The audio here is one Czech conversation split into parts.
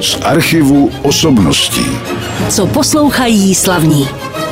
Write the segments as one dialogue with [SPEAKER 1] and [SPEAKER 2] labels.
[SPEAKER 1] z archivu osobností.
[SPEAKER 2] Co poslouchají slavní.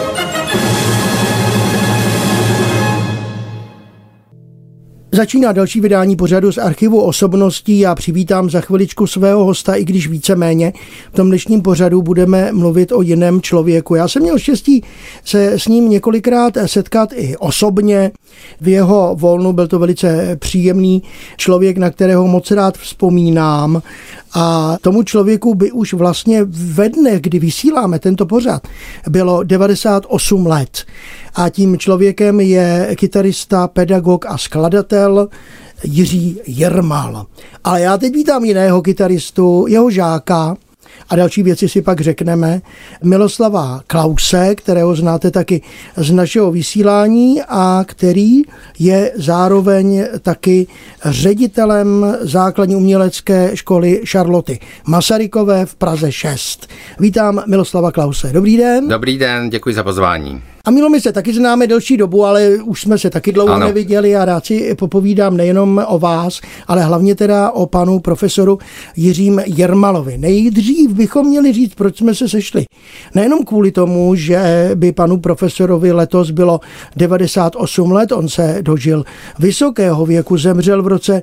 [SPEAKER 3] Začíná další vydání pořadu z archivu osobností. Já přivítám za chviličku svého hosta, i když víceméně v tom dnešním pořadu budeme mluvit o jiném člověku. Já jsem měl štěstí se s ním několikrát setkat i osobně. V jeho volnu byl to velice příjemný člověk, na kterého moc rád vzpomínám. A tomu člověku by už vlastně ve dnech, kdy vysíláme tento pořad, bylo 98 let. A tím člověkem je kytarista, pedagog a skladatel Jiří Jirmal. Ale já teď vítám jiného kytaristu, jeho žáka, a další věci si pak řekneme, Miloslava Klause, kterého znáte taky z našeho vysílání a který je zároveň taky ředitelem základní umělecké školy Charloty Masarykové v Praze 6. Vítám Miloslava Klause. Dobrý den.
[SPEAKER 4] Dobrý den, děkuji za pozvání.
[SPEAKER 3] A Milo, my se taky známe delší dobu, ale už jsme se taky dlouho neviděli a rád si popovídám nejenom o vás, ale hlavně teda o panu profesoru Jiřím Jirmalovi. Nejdřív bychom měli říct, proč jsme se sešli. Nejenom kvůli tomu, že by panu profesorovi letos bylo 98 let, on se dožil vysokého věku, zemřel v roce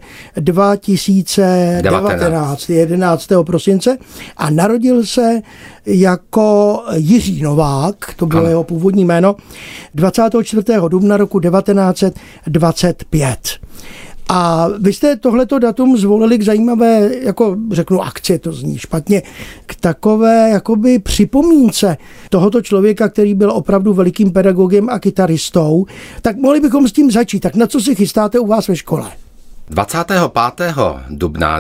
[SPEAKER 3] 2019, 11. prosince a narodil se jako Jiří Novák, to bylo jeho původní jméno, 24. dubna roku 1925. A vy jste tohleto datum zvolili k zajímavé, jako řeknu akci, to zní špatně, k takové jakoby připomínce tohoto člověka, který byl opravdu velikým pedagogem a kytaristou. Tak mohli bychom s tím začít. Tak na co si chystáte u vás ve škole?
[SPEAKER 4] 25. dubna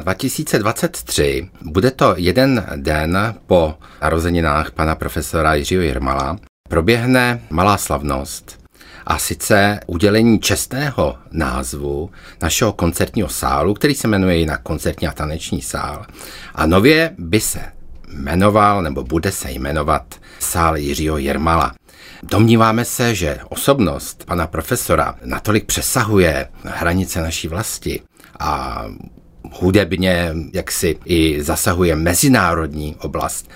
[SPEAKER 4] 2023 bude to jeden den po narozeninách pana profesora Jiřího Jirmala. Proběhne malá slavnost a sice udělení čestného názvu našeho koncertního sálu, který se jmenuje jinak Koncertní a taneční sál. A nově by se jmenoval, nebo bude se jmenovat sál Jiřího Jirmala. Domníváme se, že osobnost pana profesora natolik přesahuje hranice naší vlasti a hudebně jaksi i zasahuje mezinárodní oblast,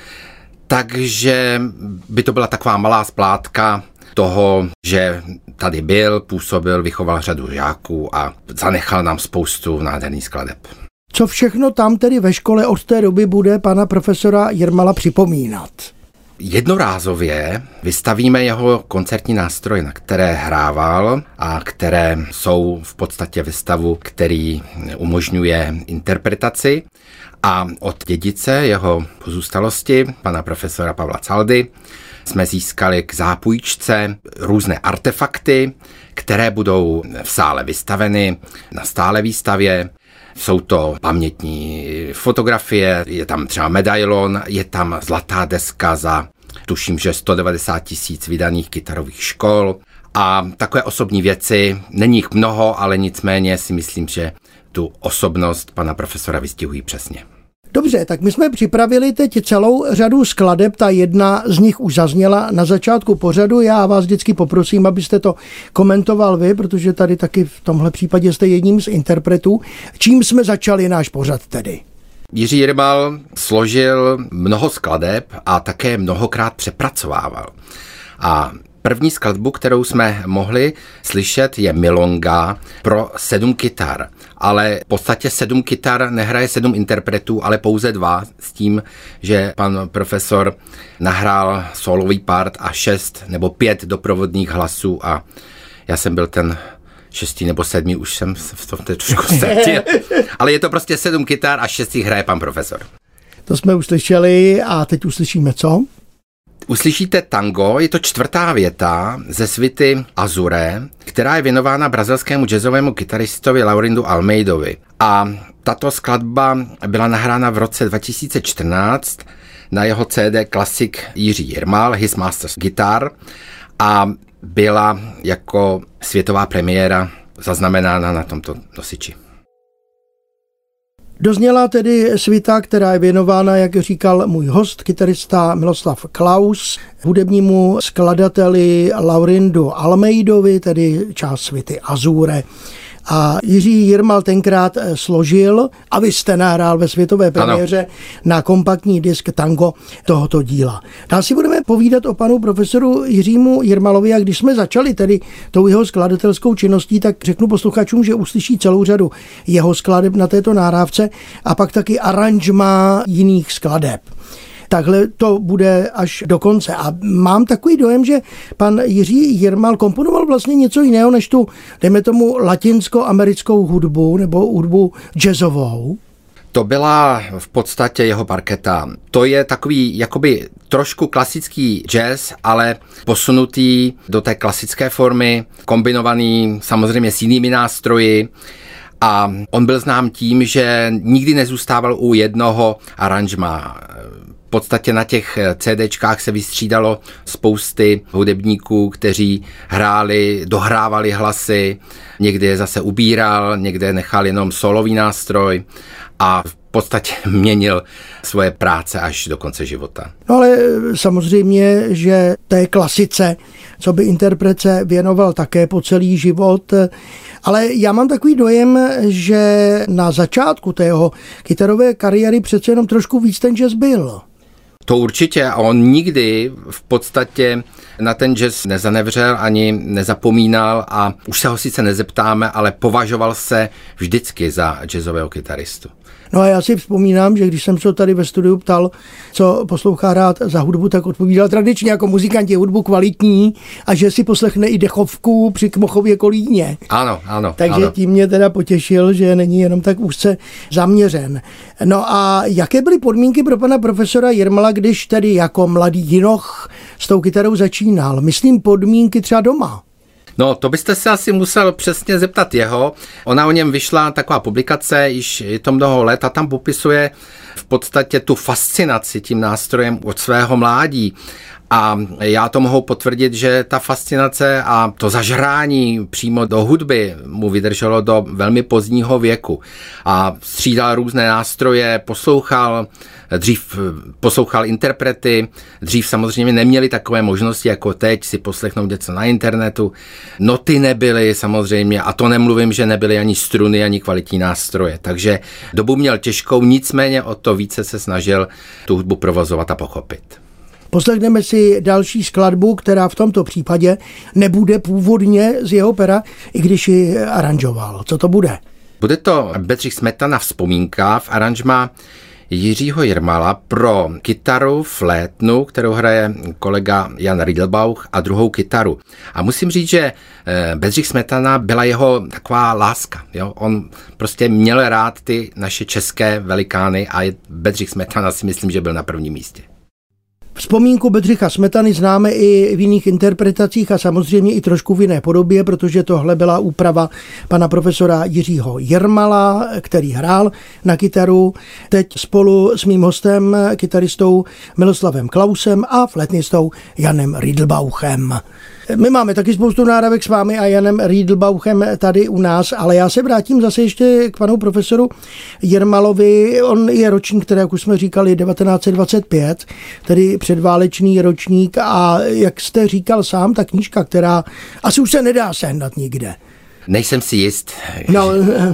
[SPEAKER 4] takže by to byla taková malá splátka toho, že tady byl, působil, vychoval řadu žáků a zanechal nám spoustu nádherných skladeb.
[SPEAKER 3] Co všechno tam tedy ve škole od té doby bude pana profesora Jirmala připomínat?
[SPEAKER 4] Jednorázově vystavíme jeho koncertní nástroje, na které hrával a které jsou v podstatě ve stavu, který umožňuje interpretaci. A od dědice jeho pozůstalosti, pana profesora Pavla Caldy, jsme získali k zápůjčce různé artefakty, které budou v sále vystaveny na stálé výstavě. Jsou to pamětní fotografie, je tam třeba medailon, je tam zlatá deska za, tuším, že 190 000 vydaných kytarových škol a takové osobní věci. Není jich mnoho, ale nicméně si myslím, že tu osobnost pana profesora vystihují přesně.
[SPEAKER 3] Dobře, tak my jsme připravili teď celou řadu skladeb, ta jedna z nich už zazněla na začátku pořadu. Já vás vždycky poprosím, abyste to komentoval vy, protože tady taky v tomhle případě jste jedním z interpretů. Čím jsme začali náš pořad tedy?
[SPEAKER 4] Jiří Jirmal složil mnoho skladeb a také mnohokrát přepracovával. A první skladbu, kterou jsme mohli slyšet, je Milonga pro 7 kytar. Ale v podstatě 7 kytar nehraje 7 interpretů, ale pouze 2, s tím, že pan profesor nahrál solový part a 6 nebo 5 doprovodných hlasů a já jsem byl ten 6. nebo 7. už jsem v tom trošku ztratil. Ale je to prostě 7 kytar a 6 hraje pan profesor.
[SPEAKER 3] To jsme uslyšeli a teď uslyšíme co?
[SPEAKER 4] Uslyšíte tango, je to 4. věta ze svity Azure, která je věnována brazilskému jazzovému kytaristovi Laurindu Almeidovi. A tato skladba byla nahrána v roce 2014 na jeho CD Classic Jiří Jirmal, His Master's Guitar, a byla jako světová premiéra zaznamenána na tomto nosiči.
[SPEAKER 3] Dozněla tedy svita, která je věnována, jak říkal můj host, kytarista Miloslav Klaus, hudebnímu skladateli Laurindu Almeidovi, tedy část svity Azure. A Jiří Jirmal tenkrát složil a vy jste nahrál ve světové premiéře na kompaktní disk tango tohoto díla. Dál si budeme povídat o panu profesoru Jiřímu Jirmalovi a když jsme začali tedy tou jeho skladatelskou činností, tak řeknu posluchačům, že uslyší celou řadu jeho skladeb na této nahrávce a pak taky aranžmá jiných skladeb. Takhle to bude až do konce. A mám takový dojem, že pan Jiří Jirmal komponoval vlastně něco jiného, než tu, dejme tomu, latinsko-americkou hudbu nebo hudbu jazzovou.
[SPEAKER 4] To byla v podstatě jeho parketa. To je takový jakoby trošku klasický jazz, ale posunutý do té klasické formy, kombinovaný samozřejmě s jinými nástroji. A on byl znám tím, že nikdy nezůstával u jednoho aranžma. V podstatě na těch CDčkách se vystřídalo spousty hudebníků, kteří dohrávali hlasy, někdy je zase ubíral, někde nechal jenom solový nástroj a v podstatě měnil svoje práce až do konce života.
[SPEAKER 3] No ale samozřejmě, že té klasice, co by interprece věnoval také po celý život, ale já mám takový dojem, že na začátku té jeho kytarové kariéry přece jenom trošku víc ten jazz byl.
[SPEAKER 4] To určitě a on nikdy v podstatě na ten jazz nezanevřel ani nezapomínal a už se ho sice nezeptáme, ale považoval se vždycky za jazzového kytaristu.
[SPEAKER 3] No a já si vzpomínám, že když jsem se tady ve studiu ptal, co poslouchá rád za hudbu, tak odpovídal tradičně jako muzikant je hudbu kvalitní a že si poslechne i dechovku při Kmochově Kolíně.
[SPEAKER 4] Ano.
[SPEAKER 3] Takže tím mě teda potěšil, že není jenom tak úzce zaměřen. No a jaké byly podmínky pro pana profesora Jirmala, když tedy jako mladý jinoch s tou kytarou začínal? Myslím podmínky třeba doma.
[SPEAKER 4] No, to byste se asi musel přesně zeptat jeho. Ona o něm vyšla taková publikace, již je to mnoho let a tam popisuje v podstatě tu fascinaci tím nástrojem od svého mládí. A já to mohu potvrdit, že ta fascinace a to zažrání přímo do hudby mu vydrželo do velmi pozdního věku. A střídal různé nástroje, dřív poslouchal interprety, dřív samozřejmě neměli takové možnosti jako teď si poslechnout něco na internetu. Noty nebyly samozřejmě a to nemluvím, že nebyly ani struny, ani kvalitní nástroje. Takže dobu měl těžkou, nicméně o to více se snažil tu hudbu provozovat a pochopit.
[SPEAKER 3] Poslechneme si další skladbu, která v tomto případě nebude původně z jeho pera, i když ji aranžoval. Co to bude?
[SPEAKER 4] Bude to Bedřich Smetana vzpomínka v aranžmá Jiřího Jirmala pro kytaru, flétnu, kterou hraje kolega Jan Riedelbauch a druhou kytaru. A musím říct, že Bedřich Smetana byla jeho taková láska. Jo? On prostě měl rád ty naše české velikány a Bedřich Smetana si myslím, že byl na prvním místě.
[SPEAKER 3] Vzpomínku Bedřicha Smetany známe i v jiných interpretacích a samozřejmě i trošku v jiné podobě, protože tohle byla úprava pana profesora Jiřího Jirmala, který hrál na kytaru. Teď spolu s mým hostem, kytaristou Miloslavem Klausem a flétnistou Janem Riedelbauchem. My máme taky spoustu náhrávek s vámi a Janem Riedelbauchem tady u nás, ale já se vrátím zase ještě k panu profesoru Jirmalovi. On je ročník, který, jak už jsme říkali, 1925, tedy předválečný ročník a jak jste říkal sám, ta knížka, která asi už se nedá sehnat nikde.
[SPEAKER 4] Nejsem si jist.
[SPEAKER 3] No,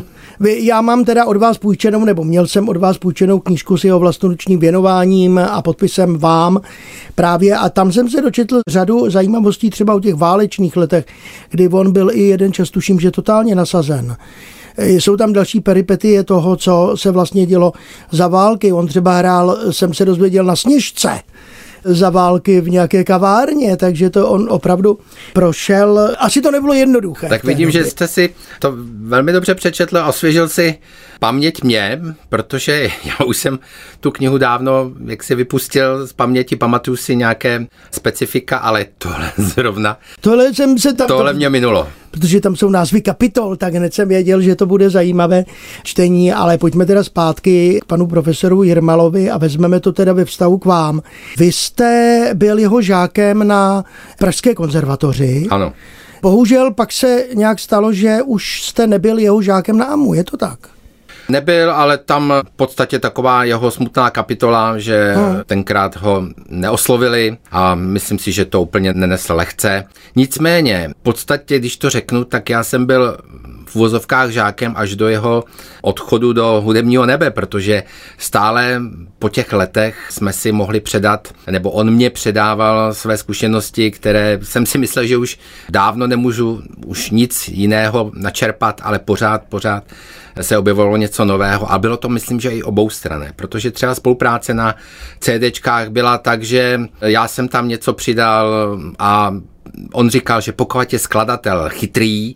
[SPEAKER 3] já mám teda od vás půjčenou, nebo měl jsem od vás půjčenou knížku s jeho vlastnoručním věnováním a podpisem vám právě a tam jsem se dočetl řadu zajímavostí třeba o těch válečných letech, kdy on byl i jeden čas, tuším, že totálně nasazen. Jsou tam další peripetie toho, co se vlastně dělo za války. On třeba hrál, jsem se dozvěděl, na Sněžce za války v nějaké kavárně, takže to on opravdu prošel. Asi to nebylo jednoduché.
[SPEAKER 4] Tak vidím, že jste si to velmi dobře přečetl a osvěžil si paměť mě, protože já už jsem tu knihu dávno jak si vypustil z paměti, pamatuju si nějaké specifika, ale tohle zrovna, tohle mě minulo.
[SPEAKER 3] Protože tam jsou názvy kapitol, tak hned jsem věděl, že to bude zajímavé čtení, ale pojďme teda zpátky k panu profesoru Jirmalovi a vezmeme to teda ve vztahu k vám. Vy jste byl jeho žákem na Pražské konzervatoři.
[SPEAKER 4] Ano.
[SPEAKER 3] Bohužel pak se nějak stalo, že už jste nebyl jeho žákem na AMU, je to tak?
[SPEAKER 4] Nebyl, ale tam v podstatě taková jeho smutná kapitola, že tenkrát ho neoslovili a myslím si, že to úplně nenesl lehce. Nicméně, v podstatě, když to řeknu, tak já jsem byl v uvozovkách žákem až do jeho odchodu do hudebního nebe, protože stále po těch letech jsme si mohli předat, nebo on mě předával své zkušenosti, které jsem si myslel, že už dávno nemůžu už nic jiného načerpat, ale pořád se objevovalo něco nového a bylo to, myslím, že i oboustranné, protože třeba spolupráce na CDčkách byla tak, že já jsem tam něco přidal a on říkal, že pokud je skladatel chytrý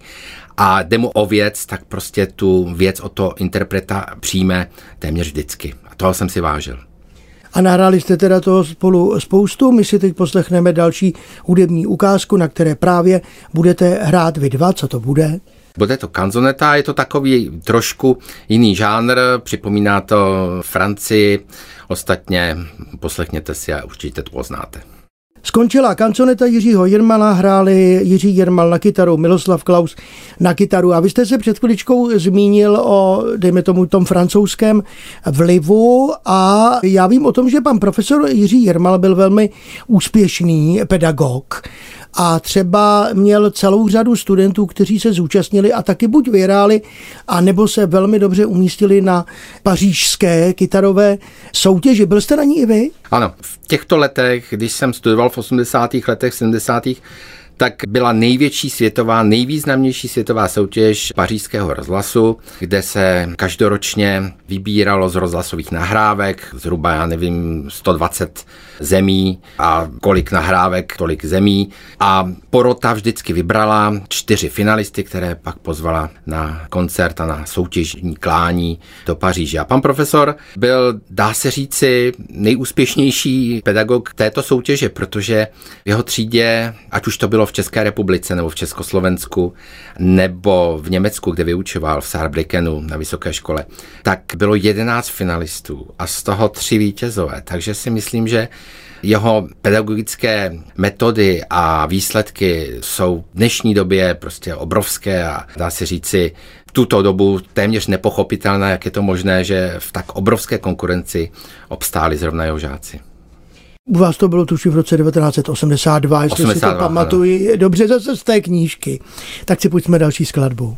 [SPEAKER 4] a jde mu o věc, tak prostě tu věc o to interpreta přijme téměř vždycky. A toho jsem si vážil.
[SPEAKER 3] A nahráli jste teda toho spolu spoustu. My si teď poslechneme další hudební ukázku, na které právě budete hrát vy dva. Co to bude?
[SPEAKER 4] Bude to kanzoneta, je to takový trošku jiný žánr, připomíná to Francii. Ostatně poslechněte si a určitě to poznáte.
[SPEAKER 3] Skončila kanzoneta Jiřího Jirmala, hráli Jiří Jirmal na kytaru, Miloslav Klaus na kytaru. A vy jste se před chviličkou zmínil o, dejme tomu, tom francouzském vlivu a já vím o tom, že pan profesor Jiří Jirmal byl velmi úspěšný pedagog a třeba měl celou řadu studentů, kteří se zúčastnili a taky buď vyhráli, anebo se velmi dobře umístili na pařížské kytarové soutěži. Byl jste na ní i vy?
[SPEAKER 4] Ano, v těchto letech, když jsem studoval v 80. letech, 70. tak byla největší světová, nejvýznamnější světová soutěž Pařížského rozhlasu, kde se každoročně vybíralo z rozhlasových nahrávek, zhruba, já nevím, 120 zemí a kolik nahrávek, tolik zemí. A porota vždycky vybrala 4 finalisty, které pak pozvala na koncert a na soutěžní klání do Paříže. A pan profesor byl, dá se říci, nejúspěšnější pedagog této soutěže, protože v jeho třídě, ať už to bylo v České republice nebo v Československu nebo v Německu, kde vyučoval v Saarbrückenu na vysoké škole, tak bylo 11 finalistů a z toho 3 vítězové. Takže si myslím, že jeho pedagogické metody a výsledky jsou v dnešní době prostě obrovské a dá se říci v tuto dobu téměř nepochopitelné, jak je to možné, že v tak obrovské konkurenci obstáli zrovna jeho žáci.
[SPEAKER 3] U vás to bylo tuším v roce 1982, jestli 82, si to pamatuji. Ano. Dobře, zase z té knížky. Tak si pojďme další skladbu.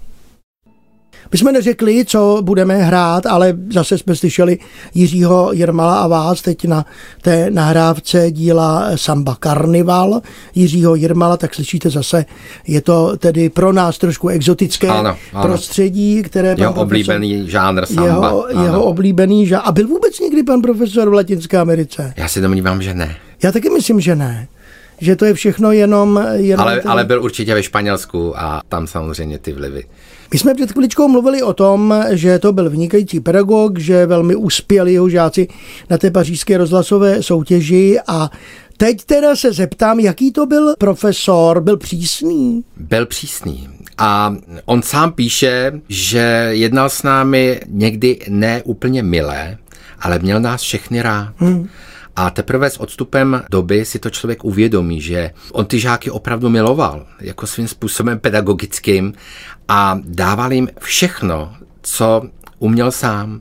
[SPEAKER 3] My jsme neřekli, co budeme hrát, ale zase jsme slyšeli Jiřího Jirmala a vás teď na té nahrávce díla Samba Karnival Jiřího Jirmala, tak slyšíte zase, je to tedy pro nás trošku exotické prostředí, které
[SPEAKER 4] jeho oblíbený žánr samba.
[SPEAKER 3] Jeho oblíbený žánr. A byl vůbec někdy pan profesor v Latinské Americe?
[SPEAKER 4] Já si domnívám, že ne.
[SPEAKER 3] Já taky myslím, že ne. Že to je všechno jenom
[SPEAKER 4] ale byl určitě ve Španělsku a tam samozřejmě ty vlivy.
[SPEAKER 3] My jsme před chviličkou mluvili o tom, že to byl vynikající pedagog, že velmi uspěli jeho žáci na té pařížské rozhlasové soutěži a teď teda se zeptám, jaký to byl profesor, byl přísný? Byl
[SPEAKER 4] přísný. A on sám píše, že jednal s námi někdy ne úplně milé, ale měl nás všechny rád. A teprve s odstupem doby si to člověk uvědomí, že on ty žáky opravdu miloval, jako svým způsobem pedagogickým a dával jim všechno, co uměl sám.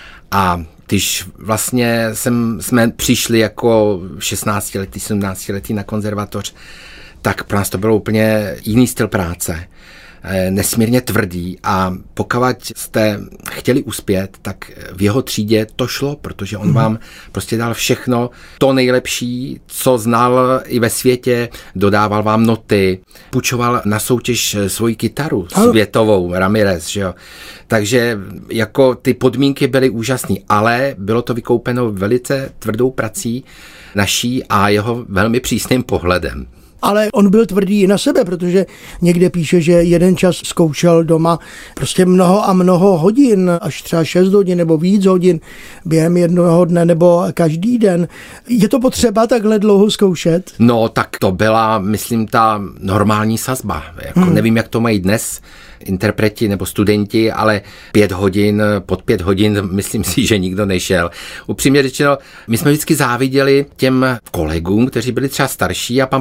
[SPEAKER 4] A když vlastně jsme přišli jako 16letí, 17letí na konzervatoř, tak pro nás to bylo úplně jiný styl práce. Nesmírně tvrdý a pokud jste chtěli uspět, tak v jeho třídě to šlo, protože on vám prostě dal všechno to nejlepší, co znal i ve světě, dodával vám noty, půjčoval na soutěž svoji kytaru světovou, Ramirez, že jo. Takže jako ty podmínky byly úžasné, ale bylo to vykoupeno velice tvrdou prací naší a jeho velmi přísným pohledem.
[SPEAKER 3] Ale on byl tvrdý i na sebe, protože někde píše, že jeden čas zkoušel doma prostě mnoho a mnoho hodin, až třeba 6 hodin nebo víc hodin během jednoho dne nebo každý den. Je to potřeba takhle dlouho zkoušet?
[SPEAKER 4] No, tak to byla, myslím, ta normální sazba. Jako nevím, jak to mají dnes interpreti nebo studenti, ale 5 hodin, pod 5 hodin, myslím si, že nikdo nešel. Upřímně řečeno, my jsme vždycky záviděli těm kolegům, kteří byli třeba starší a pan profesor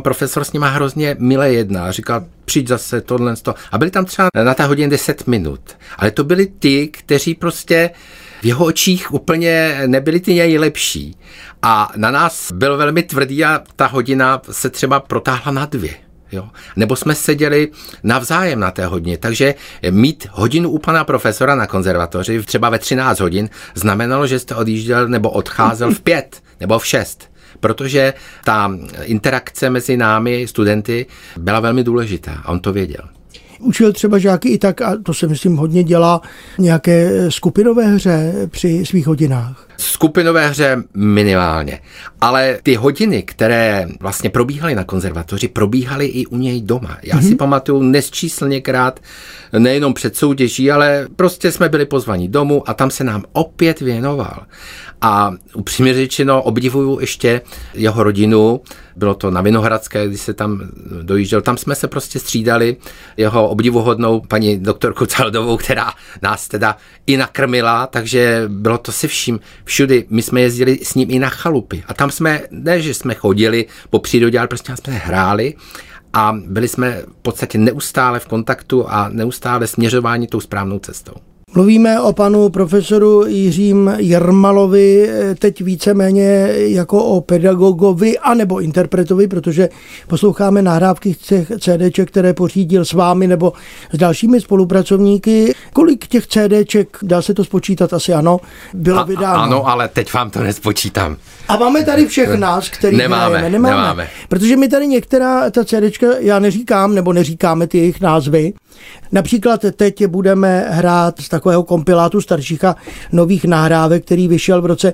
[SPEAKER 4] s nima hrozně milé jednal. Říkal, přijď zase tohle. A byli tam třeba na té hodině 10 minut. Ale to byli ty, kteří prostě v jeho očích úplně nebyli ty nejlepší. A na nás byl velmi tvrdý a ta hodina se třeba protáhla na 2. Jo? Nebo jsme seděli navzájem na té hodině, takže mít hodinu u pana profesora na konzervatoři třeba ve 13 hodin znamenalo, že jste odjížděl nebo odcházel v 5 nebo v 6, protože ta interakce mezi námi, studenty, byla velmi důležitá a on to věděl.
[SPEAKER 3] Učil třeba žáky i tak, a to se myslím hodně dělá, nějaké skupinové hře při svých hodinách?
[SPEAKER 4] Skupinové hře minimálně, ale ty hodiny, které vlastně probíhaly na konzervatoři, probíhaly i u něj doma. Já si pamatuju nesčíslněkrát, nejenom před soutěží, ale prostě jsme byli pozvaní domů a tam se nám opět věnoval. A upřímně řečeno obdivuju ještě jeho rodinu, bylo to na Vinohradské, když se tam dojížděl, tam jsme se prostě střídali, jeho obdivuhodnou paní doktorku Caldovou, která nás teda i nakrmila, takže bylo to se vším, všudy. My jsme jezdili s ním i na chalupy a tam jsme, ne, že jsme chodili po přírodě, ale prostě jsme hráli a byli jsme v podstatě neustále v kontaktu a neustále směřování tou správnou cestou.
[SPEAKER 3] Mluvíme o panu profesoru Jiřím Jirmalovi teď víceméně jako o pedagogovi anebo interpretovi, protože posloucháme nahrávky těch CDček, které pořídil s vámi nebo s dalšími spolupracovníky. Kolik těch CDček, dá se to spočítat, asi ano, bylo vydáno?
[SPEAKER 4] Ano, ale teď vám to nespočítám.
[SPEAKER 3] A máme tady všech nás, který nemáme. Protože my tady některá ta CDčka, já neříkám, nebo neříkáme ty jejich názvy. Například teď budeme hrát z takového kompilátu starších a nových nahrávek, který vyšel v roce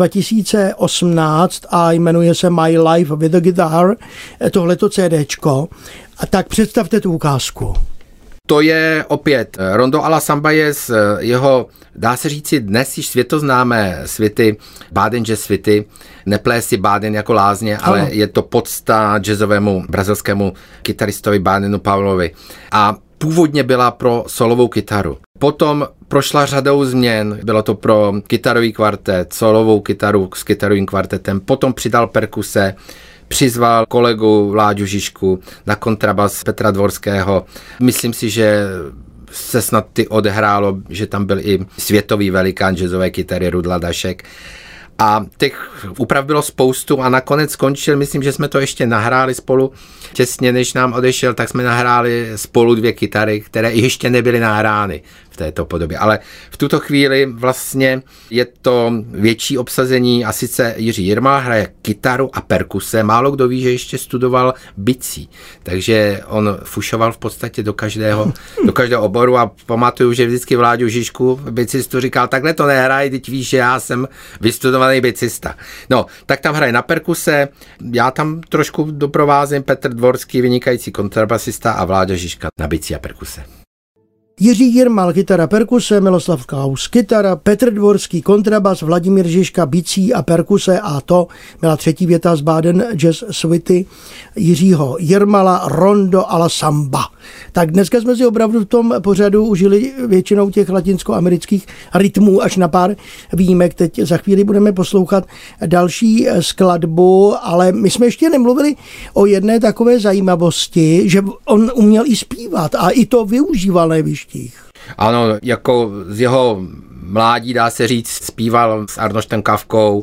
[SPEAKER 3] 2018 a jmenuje se My Life with a Guitar, tohleto CDčko. A tak představte tu ukázku.
[SPEAKER 4] To je opět Rondo alla Samba je z jeho, dá se říci, dnes již světoznámé svity, Baden jazz svity, nepleje si Baden jako lázně, ale je to podsta jazzovému brazilskému kytaristovi Badenu Paulovi. A původně byla pro solovou kytaru. Potom prošla řadou změn, bylo to pro kytarový kvartet, solovou kytaru s kytarovým kvartetem, potom přidal perkuse, přizval kolegu Vláďu Žižku na kontrabas Petra Dvorského. Myslím si, že se snad odehrálo, že tam byl i světový velikán jazzové kytary Rudla Dašek. A těch úprav bylo spoustu a nakonec skončil, myslím, že jsme to ještě nahráli spolu, těsně než nám odešel, tak jsme nahráli spolu 2 kytary, které ještě nebyly nahrány v této podobě. Ale v tuto chvíli vlastně je to větší obsazení a sice Jiří Jirmal hraje kytaru a perkuse. Málo kdo ví, že ještě studoval bicí, takže on fušoval v podstatě do každého oboru a pamatuju, že vždycky Vláďu Žižku, bicistu, říkal, takhle to nehraj, teď víš, že já jsem vystudovaný bicista. No, tak tam hraje na perkuse, já tam trošku doprovázím, Petr Dvorský, vynikající kontrabasista a Vláďa Žižka na bicí a perkuse.
[SPEAKER 3] Jiří Jirmal, kytara, perkuse, Miloslav Klaus, kytara, Petr Dvorský, kontrabas, Vladimír Žižka, bicí a perkuse a to byla třetí věta z Baden Jazz Suity Jiřího Jirmala, Rondo alla Samba. Tak dneska jsme si opravdu v tom pořadu užili většinou těch latinskoamerických rytmů až na pár výjimek. Teď za chvíli budeme poslouchat další skladbu, ale my jsme ještě nemluvili o jedné takové zajímavosti, že on uměl i zpívat a i to využíval nejvyšší.
[SPEAKER 4] Ano, jako z jeho mládí, dá se říct, zpíval s Arnoštem Kafkou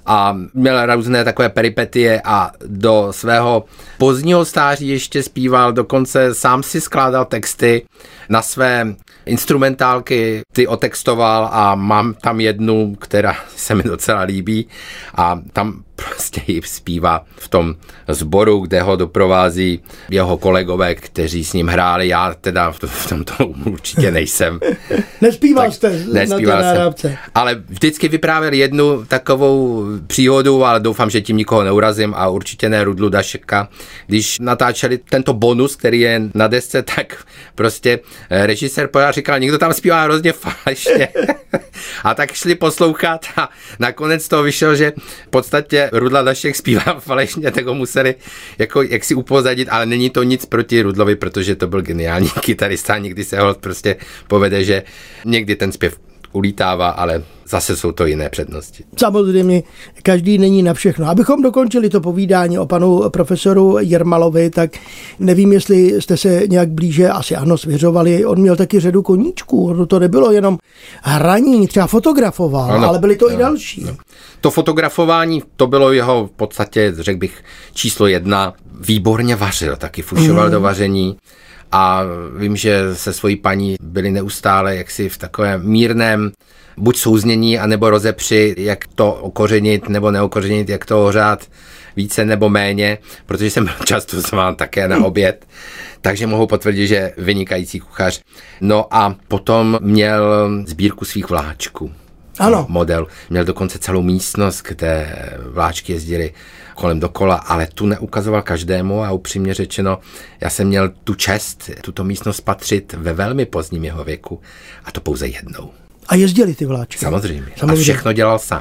[SPEAKER 4] a měl různé takové peripetie a do svého pozdního stáří ještě zpíval, dokonce sám si skládal texty na své instrumentálky, ty otextoval a mám tam jednu, která se mi docela líbí a tam prostě ji zpívá v tom sboru, kde ho doprovází jeho kolegové, kteří s ním hráli. Já teda v tomto určitě nejsem.
[SPEAKER 3] Nespíval jste na té nahrávce.
[SPEAKER 4] Ale vždycky vyprávěl jednu takovou příhodu, ale doufám, že tím nikoho neurazím a určitě ne Rudlu Dašeka. Když natáčeli tento bonus, který je na desce, tak prostě režisér říkal, někdo tam zpívá hrozně falešně. A tak šli poslouchat a nakonec toho vyšel, že v podstatě Rudla Dašek zpívá falešně, tak ho museli jako jaksi upozadit, ale není to nic proti Rudlovi, protože to byl geniální kytarista, někdy se ho prostě povede, že někdy ten zpěv ulítává, ale zase jsou to jiné přednosti.
[SPEAKER 3] Samozřejmě, každý není na všechno. Abychom dokončili to povídání o panu profesoru Jirmalovi, tak nevím, jestli jste se nějak blíže, asi ano, svěřovali. On měl taky řadu koníčků. To nebylo jenom hraní, třeba fotografoval, ano, ale byly to i další. No.
[SPEAKER 4] To fotografování, to bylo jeho v podstatě, řekl bych, číslo 1. Výborně vařil, taky fušoval do vaření. A vím, že se svojí paní byli neustále jaksi v takovém mírném buď souznění, anebo rozepři, jak to okořenit nebo neokořenit, jak to ohřát více nebo méně, protože jsem byl často zván také na oběd, takže mohu potvrdit, že vynikající kuchař. No a potom měl sbírku svých vláčků.
[SPEAKER 3] Ano.
[SPEAKER 4] Model. Měl dokonce celou místnost, kde vláčky jezdily kolem dokola, ale tu neukazoval každému a upřímně řečeno, já jsem měl tu čest tuto místnost patřit ve velmi pozdním jeho věku a to pouze jednou.
[SPEAKER 3] A jezdili ty vláčky?
[SPEAKER 4] Samozřejmě. A všechno dělal sám.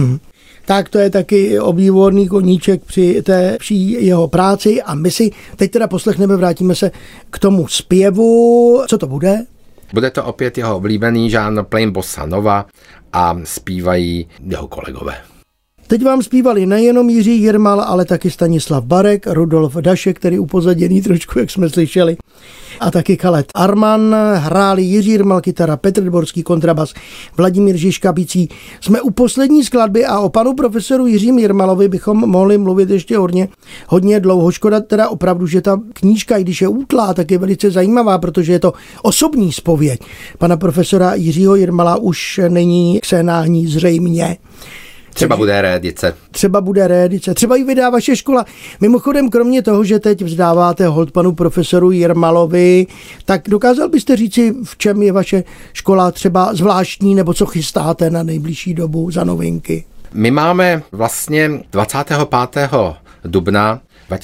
[SPEAKER 3] Tak to je taky obdivuhodný koníček při té vší jeho práci a my si teď teda poslechneme, vrátíme se k tomu zpěvu. Co to bude?
[SPEAKER 4] Bude to opět jeho oblíbený žánr plain bossa nova a zpívají jeho kolegové.
[SPEAKER 3] Teď vám zpívali nejenom Jiří Jirmal, ale taky Stanislav Barek, Rudolf Dašek, který upozaděný trošku, jak jsme slyšeli, a taky Khaled Arman. Hráli Jiří Jirmal, kytara, Petr Dvorský, kontrabas, Vladimír Žižka, bicí. Jsme u poslední skladby a o panu profesoru Jiřím Jirmalovi bychom mohli mluvit ještě hodně dlouho. Škoda teda opravdu, že ta knížka, i když je útlá, tak je velice zajímavá, protože je to osobní zpověď pana profesora Jiřího Jirmala, už není k sehnání zřejmě.
[SPEAKER 4] Třeba bude réedice.
[SPEAKER 3] Třeba ji vydá vaše škola. Mimochodem, kromě toho, že teď vzdáváte hold panu profesoru Jirmalovi, tak dokázal byste říci, v čem je vaše škola třeba zvláštní, nebo co chystáte na nejbližší dobu za novinky?
[SPEAKER 4] My máme vlastně 25. dubna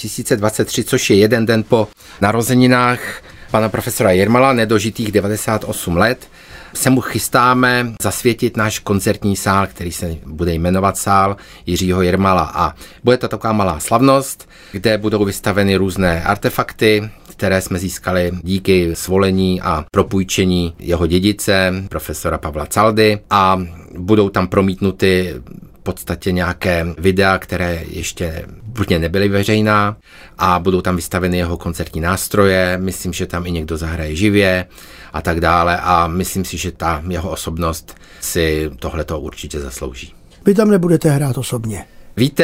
[SPEAKER 4] 2023, což je jeden den po narozeninách pana profesora Jirmala, nedožitých 98 let, se mu chystáme zasvětit náš koncertní sál, který se bude jmenovat Sál Jiřího Jirmala. A bude to taková malá slavnost, kde budou vystaveny různé artefakty, které jsme získali díky svolení a propůjčení jeho dědice, profesora Pavla Caldy, a budou tam promítnuty v podstatě nějaké videa, které ještě úplně nebyly veřejná, a budou tam vystaveny jeho koncertní nástroje, myslím, že tam i někdo zahraje živě a tak dále, a myslím si, že ta jeho osobnost si tohleto určitě zaslouží.
[SPEAKER 3] Vy tam nebudete hrát osobně?
[SPEAKER 4] Víte,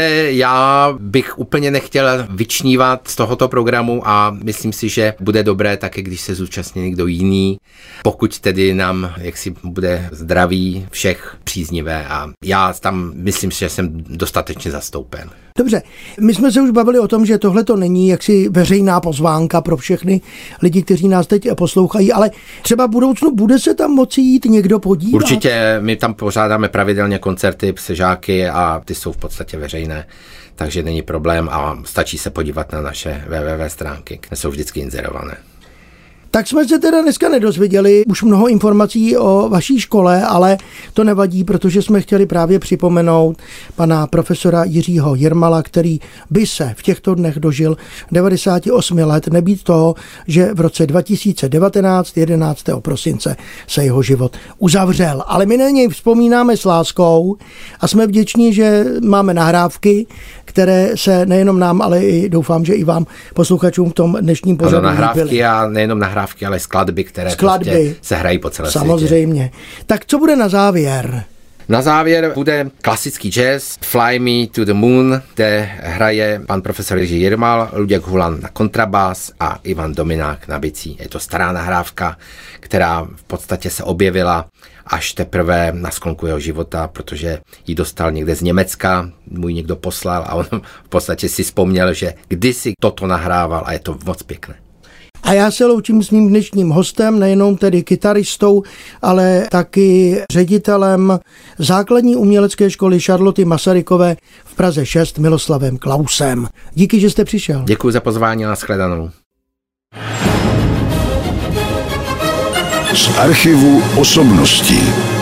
[SPEAKER 4] já bych úplně nechtěl vyčnívat z tohoto programu a myslím si, že bude dobré také, když se zúčastní někdo jiný, pokud tedy nám jaksi bude zdraví všech příznivé, a já tam myslím, že jsem dostatečně zastoupen.
[SPEAKER 3] Dobře, my jsme se už bavili o tom, že tohle to není jaksi veřejná pozvánka pro všechny lidi, kteří nás teď poslouchají, ale třeba v budoucnu bude se tam moci jít někdo podívat?
[SPEAKER 4] Určitě, my tam pořádáme pravidelně koncerty se žáky a ty jsou v podstatě veřejné, takže není problém a stačí se podívat na naše www stránky, které jsou vždycky inzerované.
[SPEAKER 3] Tak jsme se teda dneska nedozvěděli už mnoho informací o vaší škole, ale to nevadí, protože jsme chtěli právě připomenout pana profesora Jiřího Jirmala, který by se v těchto dnech dožil 98 let, nebýt toho, že v roce 2019, 11. prosince, se jeho život uzavřel. Ale my na něj vzpomínáme s láskou a jsme vděční, že máme nahrávky, které se nejenom nám, ale i doufám, že i vám posluchačům v tom dnešním pořadu
[SPEAKER 4] nahrávky a nejenom nahrávky, ale skladby, které prostě se hrají po celé světě.
[SPEAKER 3] Samozřejmě. Tak co bude na závěr?
[SPEAKER 4] Na závěr bude klasický jazz, Fly Me to the Moon, kde hraje pan profesor Jiří Jirmal, Luděk Hulan na kontrabás a Ivan Dominák na bicí. Je to stará nahrávka, která v podstatě se objevila až teprve na sklonku jeho života, protože ji dostal někde z Německa, mu ji někdo poslal a on v podstatě si vzpomněl, že kdysi toto nahrával a je to moc pěkné.
[SPEAKER 3] A já se loučím s mým dnešním hostem, nejenom tedy kytaristou, ale taky ředitelem základní umělecké školy Charloty Masarykové v Praze 6 Miloslavem Klausem. Díky, že jste přišel.
[SPEAKER 4] Děkuji za pozvání a nashledanou.
[SPEAKER 1] Z archivu osobností.